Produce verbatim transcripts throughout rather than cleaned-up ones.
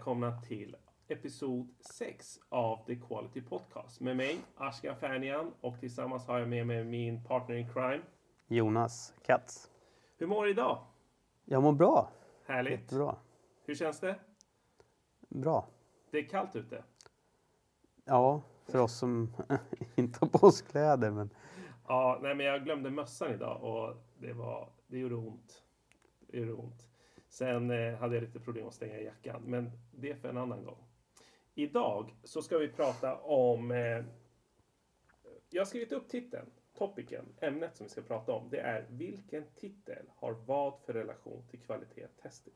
välkomna till episod sex av The Quality Podcast. Med mig, Ashkan Färnian, och tillsammans har jag med mig min partner in crime, Jonas Katz. Hur mår du idag? Jag mår bra. Härligt. Jättebra. Hur känns det? Bra. Det är kallt ute. Ja, för oss som inte har på oss kläder. Men... Ja, nej, men jag glömde mössan idag och det, var, det gjorde ont. Det gjorde ont. Sen eh, hade jag lite problem att stänga jackan, men det är för en annan gång. Idag så ska vi prata om... Eh, jag har skrivit upp titeln, topicen, ämnet som vi ska prata om. Det är vilken titel har vad för relation till kvalitetstesting?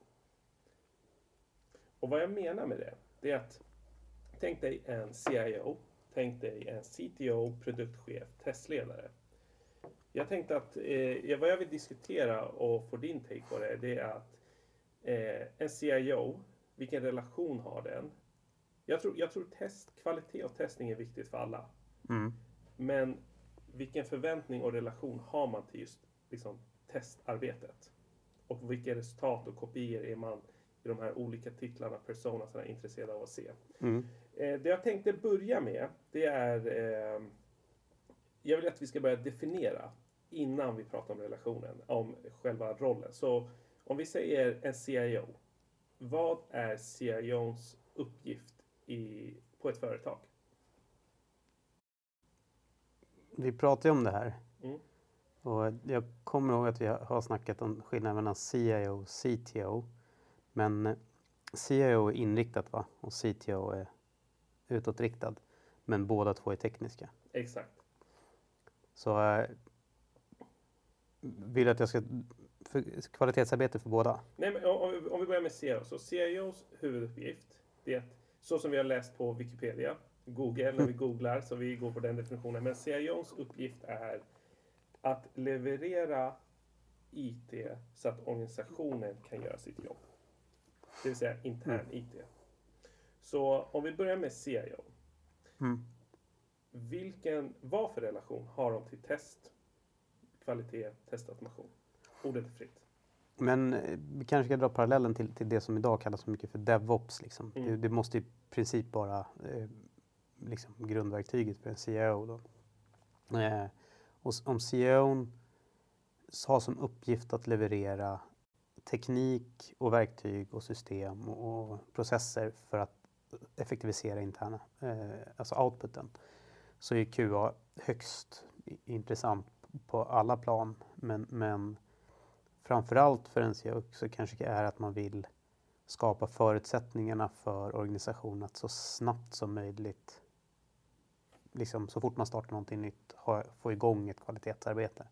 Och vad jag menar med det, det är att tänk dig en C I O, tänk dig en C T O, produktchef, testledare. Jag tänkte att eh, vad jag vill diskutera och få din take på det, det är att eh, en C I O, vilken relation har den? Jag tror, jag tror test, kvalitet och testning är viktigt för alla. Mm. Men vilken förväntning och relation har man till just liksom, testarbetet? Och vilka resultat och kopior är man i de här olika titlarna, personerna som är intresserade av att se? Mm. Eh, det jag tänkte börja med, det är... Eh, jag vill att vi ska börja definiera innan vi pratar om relationen, om själva rollen. Så om vi säger en C I O. Vad är C I O:s uppgift i, på ett företag? Vi pratar ju om det här. Mm. Och jag kommer ihåg att vi har snackat om skillnaden mellan C I O och C T O. Men C I O är inriktat, va? Och C T O är utåtriktad. Men båda två är tekniska. Exakt. Så äh, vill du att jag ska... För kvalitetsarbete för båda? Nej, men om, vi, om vi börjar med C I O. Så C I O:s huvuduppgift, det är att, så som vi har läst på Wikipedia, Google, när vi googlar, så vi går på den definitionen. Men C I O:s uppgift är att leverera I T så att organisationen kan göra sitt jobb. Det vill säga intern Mm. I T. Så om vi börjar med C I O. Mm. Vilken, vad för relation har de till test, kvalitet, testautomation? Ordet är fritt. Men eh, vi kanske ska dra parallellen till, till det som idag kallas så mycket för DevOps. Liksom. Mm. Det, det måste i princip vara eh, liksom grundverktyget för en C I O. Då. Eh, och om C I O har som uppgift att leverera teknik och verktyg och system och, och processer för att effektivisera interna, eh, alltså outputen, så är Q A högst intressant på alla plan. Men, men framförallt för en C I O så kanske det är att man vill skapa förutsättningarna för organisationen att så snabbt som möjligt, liksom så fort man startar någonting nytt, ha, få igång ett kvalitetsarbete.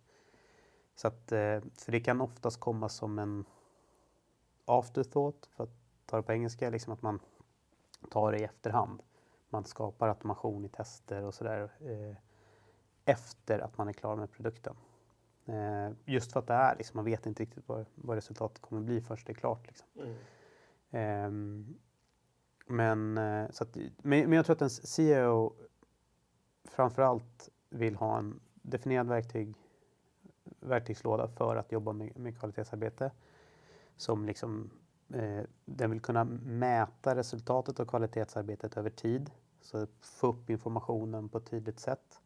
Så att, för det kan oftast komma som en afterthought, för att ta det på engelska, liksom att man tar det i efterhand. Man skapar automation i tester och sådär eh, efter att man är klar med produkten. Eh, just för att det är, liksom, man vet inte riktigt vad, vad resultatet kommer bli först det är klart. Liksom. Mm. Eh, men, eh, så att, men, men jag tror att en C I O framförallt vill ha en definierad verktyg, verktygslåda för att jobba med, med kvalitetsarbete. Som liksom, eh, den vill kunna mäta resultatet av kvalitetsarbetet över tid. Så få upp informationen på ett tydligt sätt.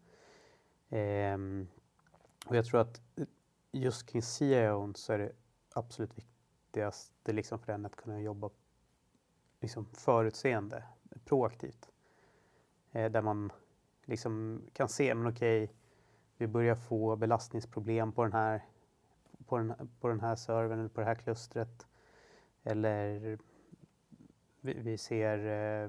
Eh, och jag tror att just kring C I O så är det absolut viktigaste liksom för den att kunna jobba liksom förutseende, proaktivt. Eh, där man liksom kan se, men okej, okay, vi börjar få belastningsproblem på den här på den, på den här servern eller på det här klustret. Eller vi, vi ser eh,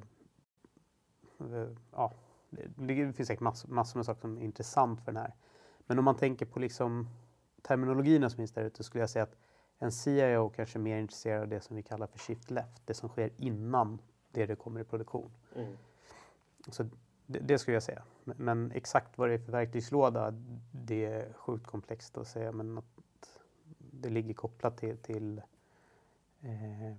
ja, det finns säkert massor, massor med saker som är intressant för den här. Men om man tänker på liksom terminologierna som finns där ute, skulle jag säga att en C I O kanske är mer intresserad av det som vi kallar för shift left, det som sker innan det, det kommer i produktion. Mm. Så det, det skulle jag säga. Men, men exakt vad det är för verktygslåda, det är sjukt komplext att säga, men att det ligger kopplat till till, eh,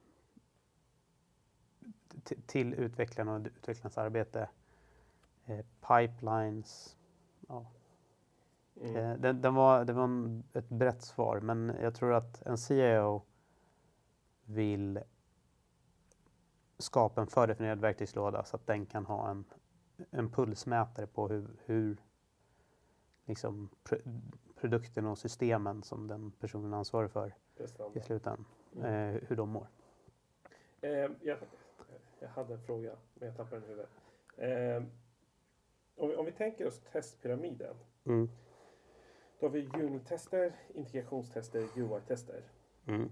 till, till utvecklarna och utvecklarnas arbete. Eh, pipelines. Ja. Mm. Eh, det, det var, det var en, ett brett svar, men jag tror att en C I O vill skapa en fördefinierad verktygslåda så att den kan ha en, en pulsmätare på hur, hur liksom pr- produkten och systemen som den personen ansvarar för i slutändan, mm. eh, hur de mår. Eh, jag, jag hade en fråga, men jag tappade den i huvudet. Eh, om, vi, om vi tänker oss testpyramiden. Mm. Då har vi unit-tester, integrationstester, U I-tester. Mm.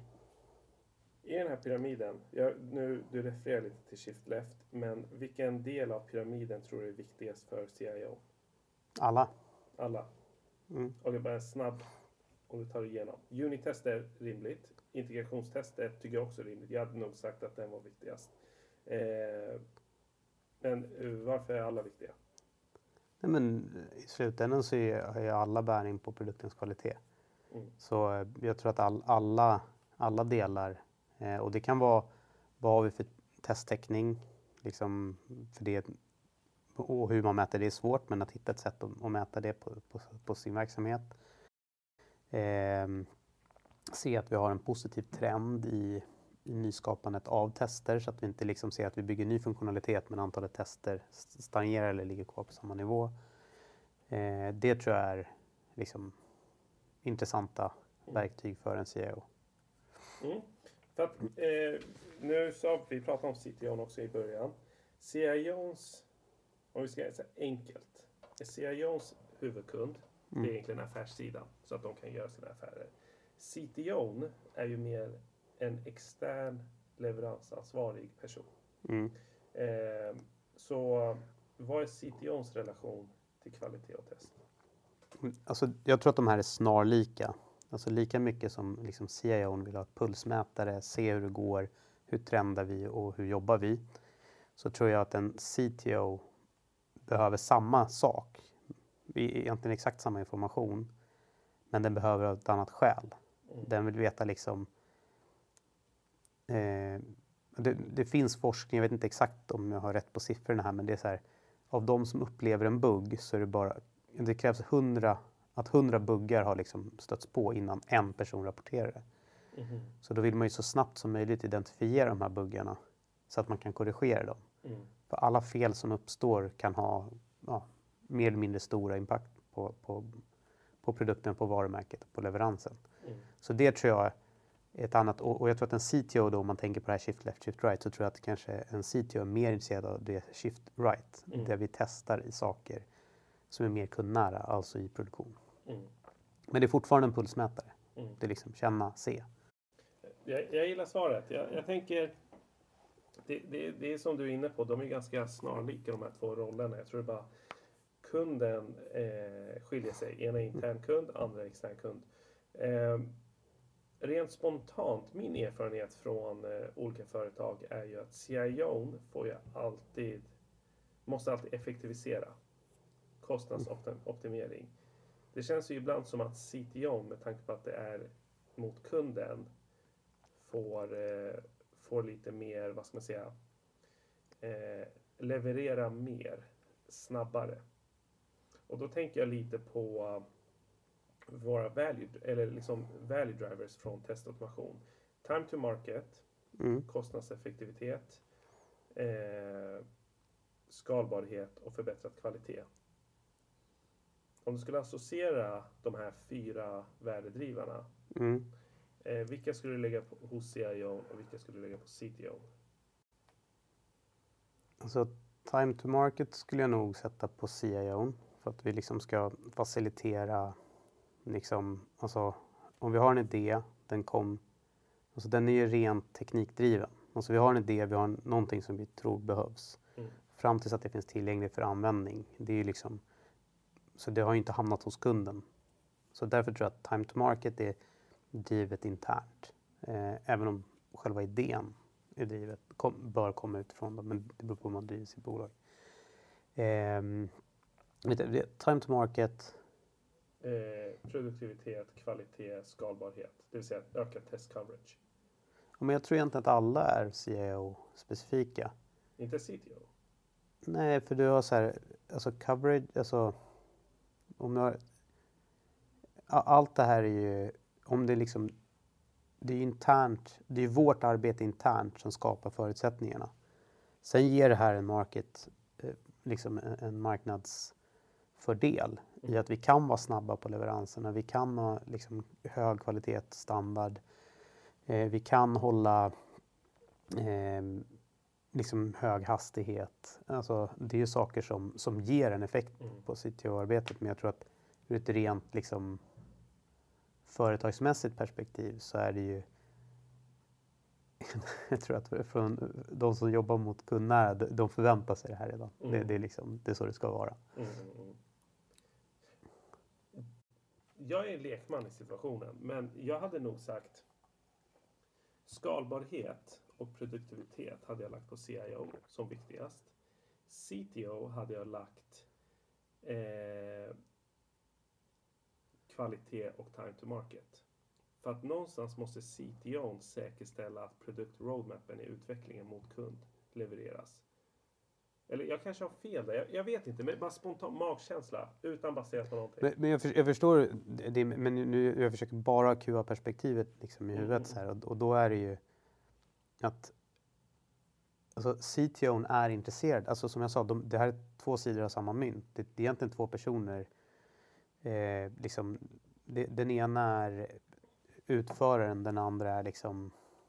I den här pyramiden, jag, nu, du refererar lite till Shift Left, men vilken del av pyramiden tror du är viktigast för C I O? Alla. Alla. Mm. Och det är bara snabb om du tar det igenom. Unit-tester, rimligt. Integrationstester tycker jag också är rimligt. Jag hade nog sagt att den var viktigast. Eh, men varför är alla viktiga? Nej, men i slutändan så är ju alla bäring på produktens kvalitet. Mm. Så jag tror att all, alla, alla delar, eh, och det kan vara vad har vi för testtäckning, liksom för det, och hur man mäter det är svårt, men att hitta ett sätt att, att mäta det på, på, på sin verksamhet. Eh, se att vi har en positiv trend i, i nyskapandet av tester så att vi inte liksom ser att vi bygger ny funktionalitet men antalet tester stagnerar eller ligger kvar på samma nivå. Eh, det tror jag är liksom intressanta mm. verktyg för en C I O. Mm. För att, eh, nu så vi pratade om C T O också i början. C I O:s, om vi ska säga enkelt, är C I O:s huvudkund, mm. det är egentligen affärssidan så att de kan göra sina affärer. C T O är ju mer en extern leveransansvarig person. Mm. Eh, så vad är C T O:s relation till kvalitet och test? Alltså, jag tror att de här är snarlika. Alltså lika mycket som liksom C I O vill ha pulsmätare, se hur det går, hur trendar vi och hur jobbar vi. Så tror jag att en C T O behöver samma sak. Egentligen exakt samma information. Men den behöver av ett annat skäl. Mm. Den vill veta liksom... Eh, det, det finns forskning, jag vet inte exakt om jag har rätt på siffrorna här, men det är så här. Av de som upplever en bugg så är det bara... Det krävs hundra, att hundra buggar har liksom stötts på innan en person rapporterar det. Mm. Så då vill man ju så snabbt som möjligt identifiera de här buggarna så att man kan korrigera dem. Mm. För alla fel som uppstår kan ha ja, mer eller mindre stora impact på, på, på produkten, på varumärket och på leveransen. Mm. Så det tror jag är ett annat, och, och jag tror att en C T O då, om man tänker på det här shift left, shift right, så tror jag att kanske en C T O är mer intresserad av det shift right, mm. där vi testar i saker som är mer kundnära, alltså i produktion. Mm. Men det är fortfarande en pulsmätare. Mm. Det är liksom känna, se. Jag, jag gillar svaret. Jag, jag tänker, det, det, det är som du är inne på, de är ganska snarlika de här två rollerna. Jag tror det bara kunden eh, skiljer sig. Ena är intern kund, andra är extern kund. Eh, rent spontant, min erfarenhet från eh, olika företag är ju att C I O får ju alltid, måste alltid effektivisera. Kostnadsoptimering. Det känns ju ibland som att C T O, med tanke på att det är mot kunden, får, eh, får lite mer, vad ska man säga, eh, leverera mer snabbare. Och då tänker jag lite på våra value, eller liksom value drivers från testautomation. Time to market, mm. kostnadseffektivitet, eh, skalbarhet och förbättrad kvalitet. Om du skulle associera de här fyra värdedrivarna, mm. eh, vilka skulle du lägga på, hos C I O och vilka skulle du lägga på C T O? Alltså time to market skulle jag nog sätta på C I O för att vi liksom ska facilitera liksom, alltså om vi har en idé, den kom, alltså den är ju rent teknikdriven. Alltså vi har en idé, vi har någonting som vi tror behövs. Mm. Fram tills att det finns tillgängligt för användning. Det är ju liksom, så det har ju inte hamnat hos kunden. Så därför tror jag att time to market är drivet internt. Eh, även om själva idén är drivet, kom, bör komma utifrån dem, men det beror på hur man driver sitt bolag. Eh, time to market. Eh, produktivitet, kvalitet, skalbarhet. Det vill säga öka test coverage. Ja, men jag tror egentligen att alla är C I O-specifika. Inte C T O? Nej, för du har så här, alltså coverage, alltså om jag, allt det här är ju, om det liksom, det är internt, det är vårt arbete internt som skapar förutsättningarna. Sen ger det här en market, eh, liksom en, en marknadsfördel Mm. i att vi kan vara snabba på leveranserna. Vi kan ha liksom hög kvalitet, standard. Eh, vi kan hålla eh, liksom hög hastighet. Alltså, det är ju saker som, som ger en effekt Mm. på C T O-arbetet. Men jag tror att ur ett rent liksom, företagsmässigt perspektiv så är det ju jag tror att från de som jobbar mot kundnära, de förväntar sig det här redan. Mm. Det, det, är liksom, det är så det ska vara. Mm, mm. Jag är lekman i situationen, men jag hade nog sagt skalbarhet och produktivitet hade jag lagt på C I O som viktigast. C T O hade jag lagt eh, kvalitet och time to market. För att någonstans måste C T O säkerställa att produkt-roadmappen i utvecklingen mot kund levereras. Eller jag kanske har fel där, jag, jag vet inte, men bara spontan magkänsla utan baserat på någonting. Men, men jag, för, jag förstår, det, men nu jag försöker bara Q A-perspektivet liksom i huvudet Mm. så här, och, och då är det ju att alltså, C T O är intresserad. Alltså som jag sa, de, det här är två sidor av samma mynt. Det, det är egentligen två personer. Eh, liksom, det, den ena är utföraren, den andra är liksom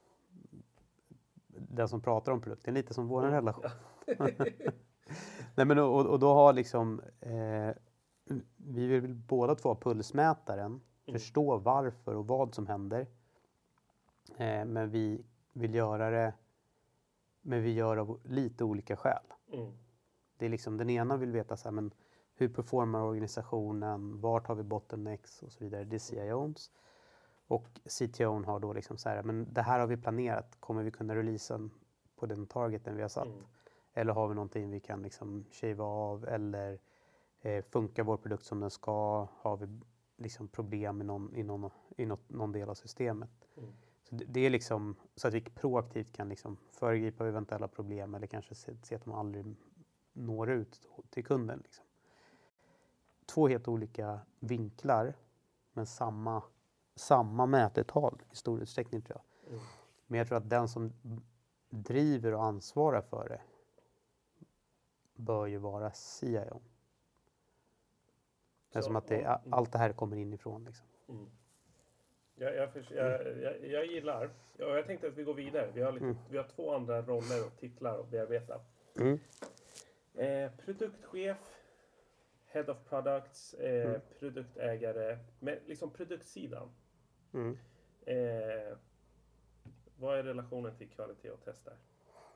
den som pratar om produkten. Lite som vår Mm. relation. Nej, men och, och då har liksom eh, vi vill båda två ha pulsmätaren, Mm. förstå varför och vad som händer. Eh, men vi vill göra det, men vi gör av lite olika skäl. Mm. Det är liksom den ena vill veta så här, men hur performar organisationen, vart har vi bottlenecks och så vidare. Det är C I O:ns. Och C T O har då liksom så här, men det här har vi planerat, kommer vi kunna releasa på den targeten vi har satt? Mm. Eller har vi någonting vi kan liksom shava av? Eller eh, funkar vår produkt som den ska? Har vi liksom problem i någon, i någon, i något, någon del av systemet? Mm. Så det, det är liksom så att vi proaktivt kan liksom föregripa eventuella problem eller kanske se, se att de aldrig når ut till kunden. Liksom. Två helt olika vinklar, men samma, samma mätetal i stor utsträckning tror jag. Mm. Men jag tror att den som driver och ansvarar för det bör ju vara C I O. Det är Så, som att det, mm. allt det här kommer inifrån. Liksom. Mm. Jag, jag, förs- jag, jag, jag gillar, ja, jag tänkte att vi går vidare. Vi har, lite, Mm. vi har två andra roller och titlar att bearbeta. Mm. Eh, produktchef, Head of Products, eh, Mm. produktägare, men liksom produktsidan. Mm. Eh, vad är relationen till kvalitet och test där?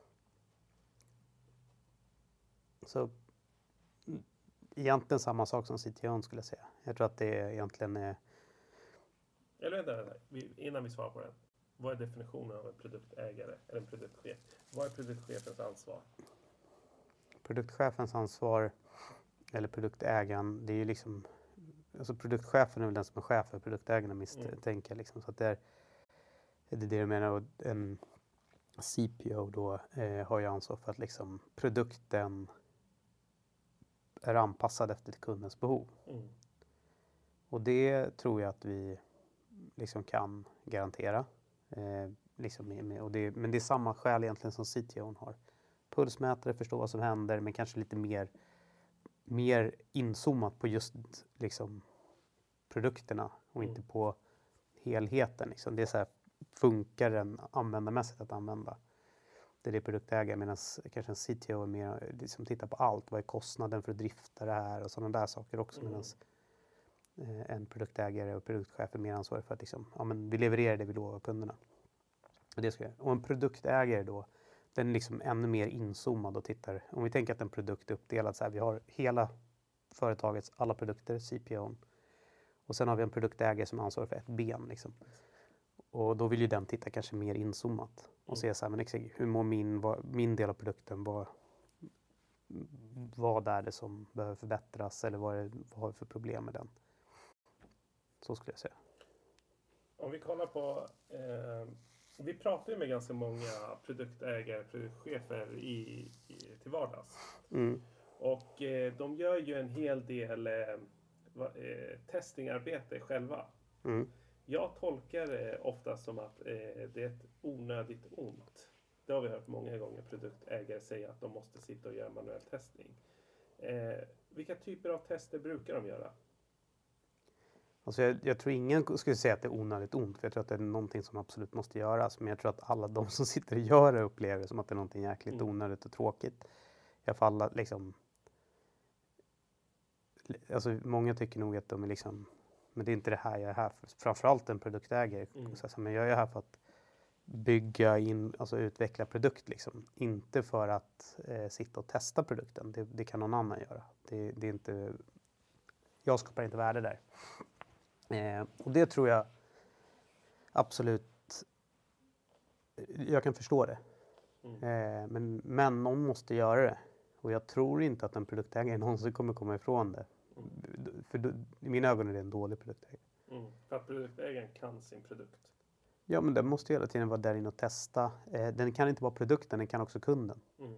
Så mm, egentligen samma sak som C T O skulle jag säga. Jag tror att det egentligen är Eller vänta, vänta. Vi, innan vi svarar på den. Vad är definitionen av en produktägare eller en produktchef? Vad är produktchefens ansvar? produktchefens ansvar eller produktägaren. Det är ju liksom, alltså produktchefen är väl den som är chef för produktägarna misstänker. Mm. Liksom, så att det är det är det jag menar. Och en C P O då eh, har ju ansvar för att liksom produkten är anpassad efter kundens behov. Mm. Och det tror jag att vi liksom kan garantera. Eh, liksom med, med, och det, men det är samma skäl egentligen som C T O har. Pulsmätare, förstå vad som händer, men kanske lite mer, mer inzoomat på just liksom, produkterna och Mm. inte på helheten. Liksom. Det är så här, funkar den användarmässigt att använda? Det är det produktägare, medan kanske en C T O är mer liksom, tittar på allt. Vad är kostnaden för att drifta det här och sådana där saker också. Mm. Medan eh, en produktägare och produktchef är mer ansvarig för att liksom, ja, men vi levererar det vi lovar kunderna. Och, det ska jag. Och en produktägare då, den är liksom ännu mer inzoomad och tittar. Om vi tänker att en produkt är uppdelad så här, vi har hela företagets alla produkter, C P O. Och sen har vi en produktägare som ansvarar för ett ben. Liksom. Och då vill ju den titta kanske mer inzoomat. Och se så här, men exakt, hur mår min, vad, min del av produkten? Vad, vad är det som behöver förbättras? Eller vad, är det, vad har vi för problem med den? Så skulle jag säga. Om vi kollar på, eh, vi pratar ju med ganska många produktägare, produktchefer i, i, till vardags. Mm. Och eh, de gör ju en hel del eh, va, eh, testingarbete själva. Mm. Jag tolkar det ofta som att eh, det är ett onödigt ont. Det har vi hört många gånger produktägare säga att de måste sitta och göra manuell testning. Eh, vilka typer av tester brukar de göra? Alltså jag, jag tror ingen skulle säga att det är onödigt ont, för jag tror att det är någonting som absolut måste göras. Men jag tror att alla de som sitter och gör det upplever det som att det är någonting jäkligt Mm. onödigt och tråkigt. I alla fall liksom... Alltså många tycker nog att de är liksom... Men det är inte det här jag är här för. Framförallt en produktägare. Mm. Så, men jag är här för att bygga in, alltså utveckla produkt liksom. Inte för att eh, sitta och testa produkten. Det, det kan någon annan göra. Det, det är inte... Jag skapar inte värde där. Eh, och det tror jag absolut, jag kan förstå det. Mm. Eh, men, men någon måste göra det. Och jag tror inte att en produktägare någonsin kommer komma ifrån det. Mm. För då, i mina ögon är det en dålig produktägare. Mm. För att produktägaren kan sin produkt. Ja, men den måste hela tiden vara där inne och testa. Eh, den kan inte vara produkten, den kan också kunden. Mm.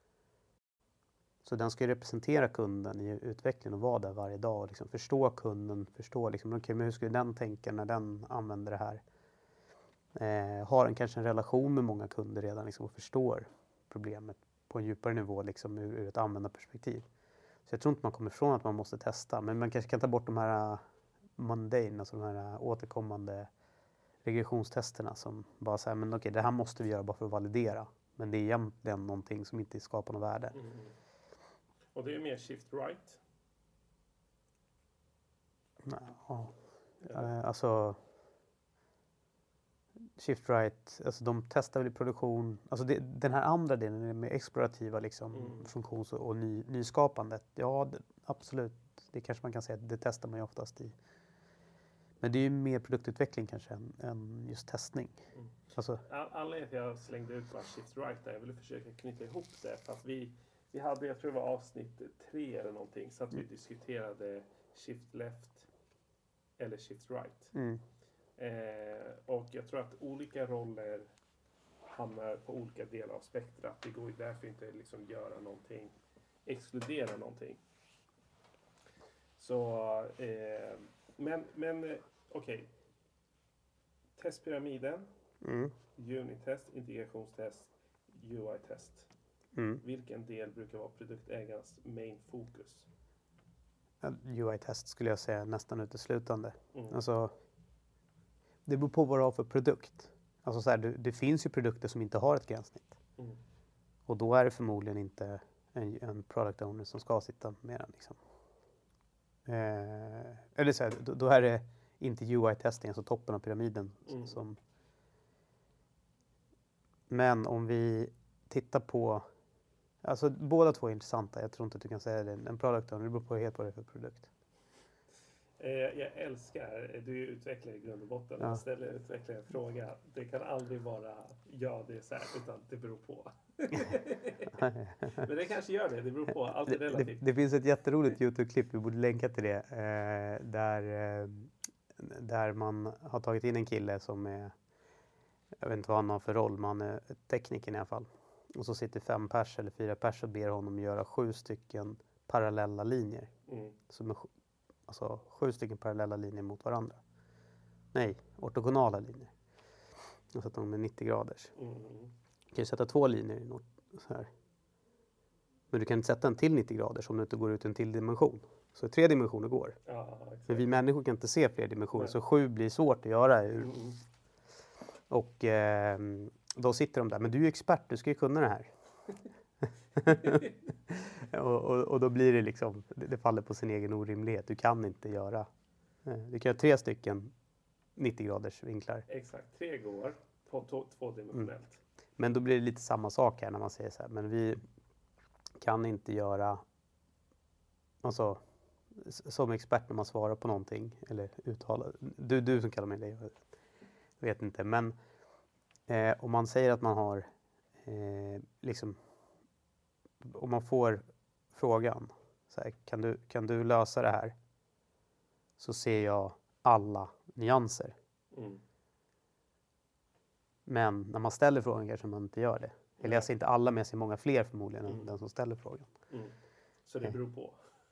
Så den ska ju representera kunden i utvecklingen och vara där varje dag och liksom förstå kunden, förstå liksom, okay, men hur skulle den tänka när den använder det här. Eh, har en kanske en relation med många kunder redan liksom, och förstår problemet på en djupare nivå liksom, ur, ur ett användarperspektiv. Så jag tror inte man kommer ifrån att man måste testa, men man kanske kan ta bort de här uh, mundane, alltså de här uh, återkommande regressionstesterna som bara säger, men okej, okay, det här måste vi göra bara för att validera. Men det är egentligen någonting som inte skapar något värde. Mm. Och det är mer shift right. Ja, eh, alltså shift right, alltså de testar väl i produktion, alltså det, den här andra delen med explorativa liksom Mm. funktions- och ny, nyskapandet, ja det, absolut, det kanske man kan säga att det testar man ju oftast i. Men det är ju mer produktutveckling kanske än, än just testning. Mm. Alltså, All, anledningen till att jag slängde ut bara shift right där, jag ville försöka knyta ihop det. För att vi, vi hade, jag tror det var avsnitt tre eller någonting, så att vi diskuterade shift left eller shift right. mm, Eh, och jag tror att olika roller hamnar på olika delar av spektrat. Det går ju därför inte liksom göra någonting, exkludera någonting. Så, eh, men, men eh, okej. Okay. Testpyramiden, mm, unit-test, integrationstest, U I-test. mm. Vilken del brukar vara produktägarens main fokus? U I-test skulle jag säga nästan uteslutande. Mm. Alltså, det beror på vad du har för produkt. Alltså så här, det, det finns ju produkter som inte har ett gränssnitt. Mm. Och då är det förmodligen inte en, en product owner som ska sitta med den. Liksom. Eh, eller så här, då, då är det inte U I-testing, alltså toppen av pyramiden. Mm. Som. Men om vi tittar på, alltså båda två är intressanta. Jag tror inte att du kan säga det. En product owner, det beror på helt vad det är för produkt. Eh, jag älskar, du är utvecklare i grund och botten. Ja. Jag ställer utvecklare en fråga. Det kan aldrig vara ja, det är så här, utan det beror på. Men det kanske gör det, det beror på. Allt är Det, det, relativt. det finns ett jätteroligt YouTube-klipp, vi borde länka till det, eh, där, eh, där man har tagit in en kille som är, jag vet inte vad han har för roll, man är tekniker i alla fall. Och så sitter fem pers eller fyra pers och ber honom göra sju stycken parallella linjer. Mm. Som är, alltså sju stycken parallella linjer mot varandra. Nej, ortogonala linjer. Och så att de är nittio graders. Mm. Du kan ju sätta två linjer i något, så här. Men du kan inte sätta en till nittio grader om du inte går ut en till dimension. Så tre dimensioner går. Ja, exakt. Men vi människor kan inte se fler dimensioner. Nej. Så sju blir svårt att göra. Mm. Och eh, då sitter de där. Men du är ju expert, du ska ju kunna det här. och, och, och då blir det liksom, det, det faller på sin egen orimlighet. Du kan inte göra. Eh, du kan göra tre stycken nittio graders vinklar. Exakt, tre går på to- tvådimensionellt. Mm. Men då blir det lite samma sak här när man säger så här. Men vi kan inte göra, alltså som expert när man svarar på någonting eller uttalar, du, du som kallar mig det, jag vet inte, men eh, om man säger att man har eh, liksom, om man får frågan så här, kan du, kan du lösa det här, så ser jag alla nyanser. Mm. Men när man ställer frågan kanske man inte gör det. Eller jag ser inte alla, men jag ser många fler förmodligen Mm. än den som ställer frågan. Mm. Så det beror på.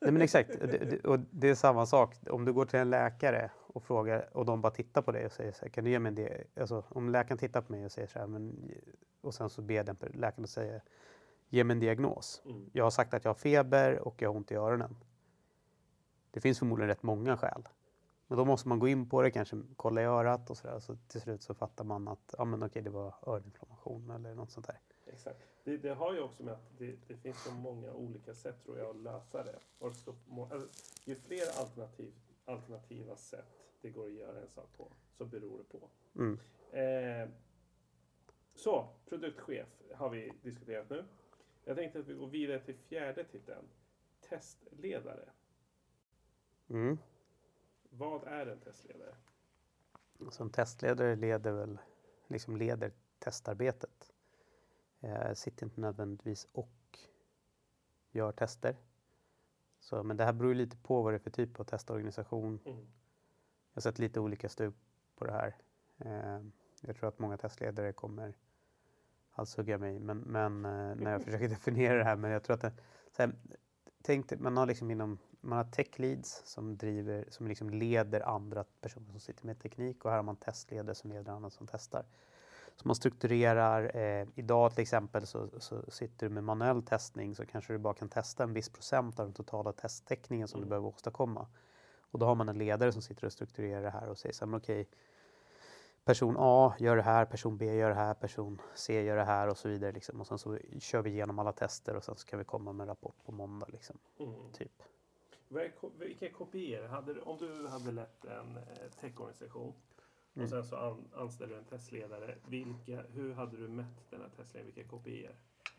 Nej men exakt, det, det, och det är samma sak. Om du går till en läkare och frågar och de bara tittar på dig och säger så här, kan du ge mig det? Alltså om läkaren tittar på mig och säger så här, men, och sen så ber den läkaren att säga, ge mig en diagnos. Mm. Jag har sagt att jag har feber och jag har ont i öronen. Det finns förmodligen rätt många skäl. Men då måste man gå in på det, kanske kolla i örat och sådär. Så till slut så fattar man att ja, men okej, det var öroninflammation eller något sånt där. Exakt. Det, det har ju också med att det, det finns så många olika sätt tror jag att lösa det. Och så, alltså, ju fler alternativ, alternativa sätt det går att göra en sak på, så beror det på. Mm. Eh, så, produktchef har vi diskuterat nu. Jag tänkte att vi går vidare till fjärde titeln. Testledare. Mm. Vad är en testledare? Som testledare leder väl, liksom leder testarbetet. Eh, sitter inte nödvändigtvis och gör tester. Så, men det här beror lite på vad det är för typ av testorganisation. Mm. Jag har sett lite olika stup på det här. Eh, jag tror att många testledare kommer halshugga mig. Men, men eh, när jag försöker definiera det här. Men jag tror att det, så här, tänk dig, man har liksom inom, man har tech leads som driver, som liksom leder andra personer som sitter med teknik. Och här har man testledare som leder andra som testar. Så man strukturerar, eh, idag till exempel så, så sitter du med manuell testning, så kanske du bara kan testa en viss procent av den totala testtäckningen som Mm. du behöver åstadkomma. Och då har man en ledare som sitter och strukturerar det här och säger så här, men okej, person A gör det här, person B gör det här, person C gör det här och så vidare. Liksom. Och sen så kör vi igenom alla tester och sen så kan vi komma med en rapport på måndag. Liksom. Mm. Typ. Vilka kopior hade du, om du hade lett en eh, techorganisation Mm. och sen så an, anställer du en testledare, vilka, hur hade du mätt den här testledaren, vilka kopior?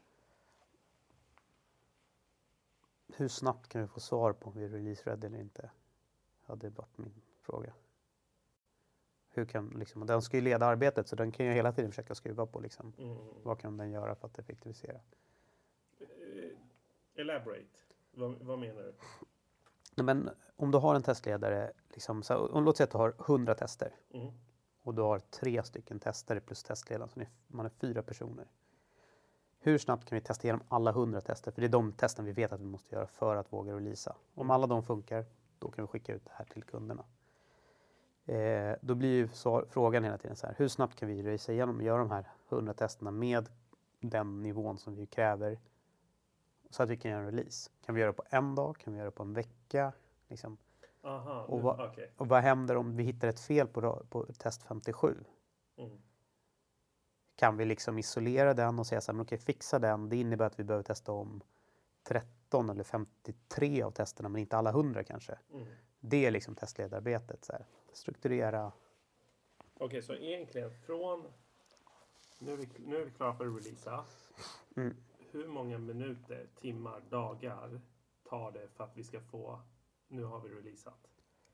Hur snabbt kan vi få svar på om vi är release-ready eller inte? Hade varit min fråga. Hur kan, liksom, den ska ju leda arbetet, så den kan ju hela tiden försöka skruva på. Liksom. Mm. Vad kan den göra för att effektivisera? Eh, elaborate. Vad, vad menar du? Nej, men om du har en testledare, liksom, så, om, låt säga att du har hundra tester. Mm. Och du har tre stycken testare plus testledaren, så man är fyra personer. Hur snabbt kan vi testa igenom alla hundra tester? För det är de testen vi vet att vi måste göra för att våga releasa. Om alla de funkar, då kan vi skicka ut det här till kunderna. Eh, då blir ju så, frågan hela tiden så här, hur snabbt kan vi releasa igenom och göra de här hundra testerna med den nivån som vi kräver så att vi kan göra en release? Kan vi göra det på en dag? Kan vi göra det på en vecka? Liksom. Aha, Och, nu, vad, okay. och vad händer om vi hittar ett fel på, på test femtiosju? Mm. Kan vi liksom isolera den och säga så här, men okej, fixa den. Det innebär att vi behöver testa om tretton eller femtiotre av testerna, men inte alla hundra kanske. Mm. Det är liksom testledarbetet. Så här. Strukturera. Okej, okay, så egentligen från, nu är vi, nu är vi klara för att releasa. Mm. Hur många minuter, timmar, dagar tar det för att vi ska få, nu har vi releasat?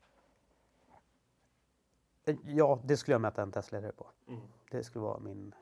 Ja, det skulle jag mäta en testledare på. Mm. Det skulle vara min...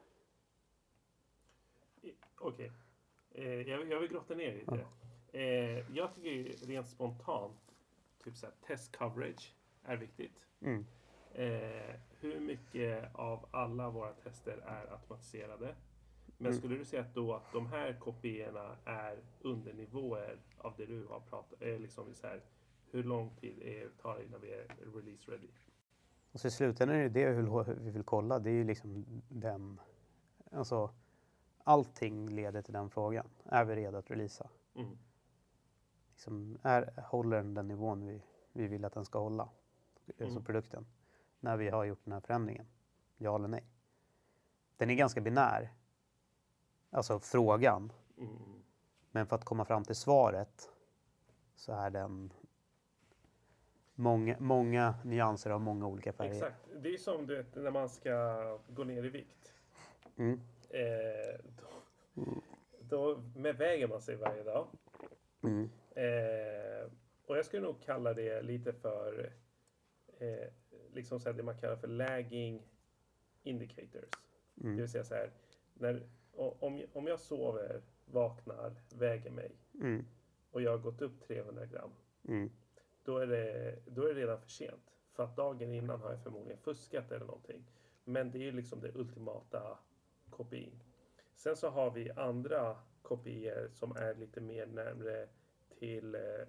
Okej. Okay. Eh, jag, jag vill grotta ner lite. Ja. Eh, jag tycker ju rent spontant, typ såhär, test coverage är viktigt. Mm. Eh, hur mycket av alla våra tester är automatiserade? Men Mm. skulle du säga att då att de här kopiorna är undernivåer av det du har pratat, eh, liksom så här, hur lång tid är, tar det innan vi är release ready? Och så i slutändan är det det vi vill kolla. Det är ju liksom den... Alltså, allting leder till den frågan. Är vi redo att releasa? Mm. Liksom, är, håller den den nivån vi, vi vill att den ska hålla? Mm. Alltså produkten. När vi har gjort den här förändringen. Ja eller nej? Den är ganska binär. Alltså frågan. Mm. Men för att komma fram till svaret så är den många, många nyanser av många olika färger. Exakt. Det är som du vet när man ska gå ner i vikt. Mm. Eh, då, då med väger man sig varje dag. Mm. Eh, och jag skulle nog kalla det lite för eh, liksom så här, det man kallar för lagging indicators. Mm. Det vill säga så här, när, om, om jag sover, vaknar, väger mig Mm. och jag har gått upp trehundra gram. Mm. Då är, det, då är det redan för sent. För att dagen innan har jag förmodligen fuskat eller någonting. Men det är ju liksom det ultimata kopin. Sen så har vi andra kopior som är lite mer närmare till eh,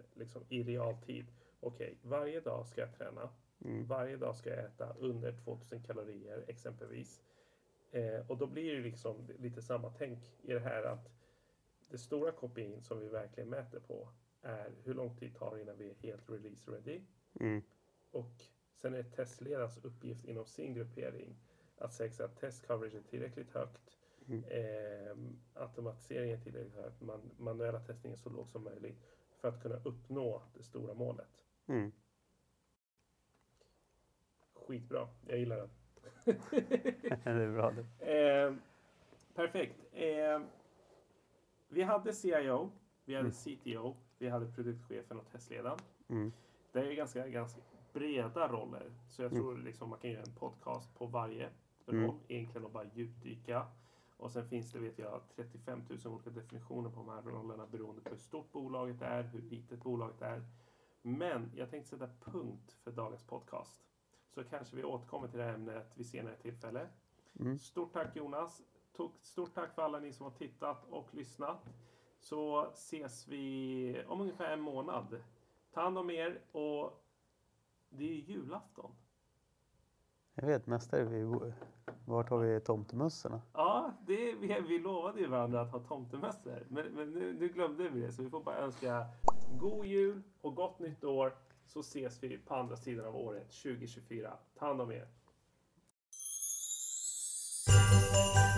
liksom i realtid. Okej, okay, varje dag ska jag träna. Mm. Varje dag ska jag äta under tvåtusen kalorier exempelvis. Eh, och då blir det liksom lite samma tänk i det här att det stora K P I som vi verkligen mäter på är hur lång tid tar det innan vi är helt release ready. Mm. Och sen är testledarens uppgift inom sin gruppering att säga att test coverage är tillräckligt högt. Mm. Eh, automatiseringen är tillräckligt högt. Man, manuella testningen är så låg som möjligt för att kunna uppnå det stora målet. Mm. Skitbra, jag gillar det. Det är bra det. Eh, perfekt. Eh, vi hade C I O, vi hade Mm. C T O, vi hade produktchefen och testledaren. Mm. Det är ganska, ganska breda roller. Så jag Mm. tror liksom man kan göra en podcast på varje roll. Mm. Egentligen och bara djupdyka. Och sen finns det, vet jag, trettiofem tusen olika definitioner på de här rollerna beroende på hur stort bolaget är, hur litet bolaget är. Men jag tänkte sätta punkt för dagens podcast. Så kanske vi återkommer till det här ämnet vid senare tillfälle. Mm. Stort tack Jonas. Stort tack för alla ni som har tittat och lyssnat. Så ses vi om ungefär en månad. Ta hand om er och det är julafton. Jag vet, nästa är vi... Vart har vi tomtemössorna? Ja, det, vi, vi lovade ju varandra att ha tomtemössor. Men, men nu, nu glömde vi det. Så vi får bara önska god jul och gott nytt år. Så ses vi på andra sidan av året tjugo tjugofyra. Ta hand om er.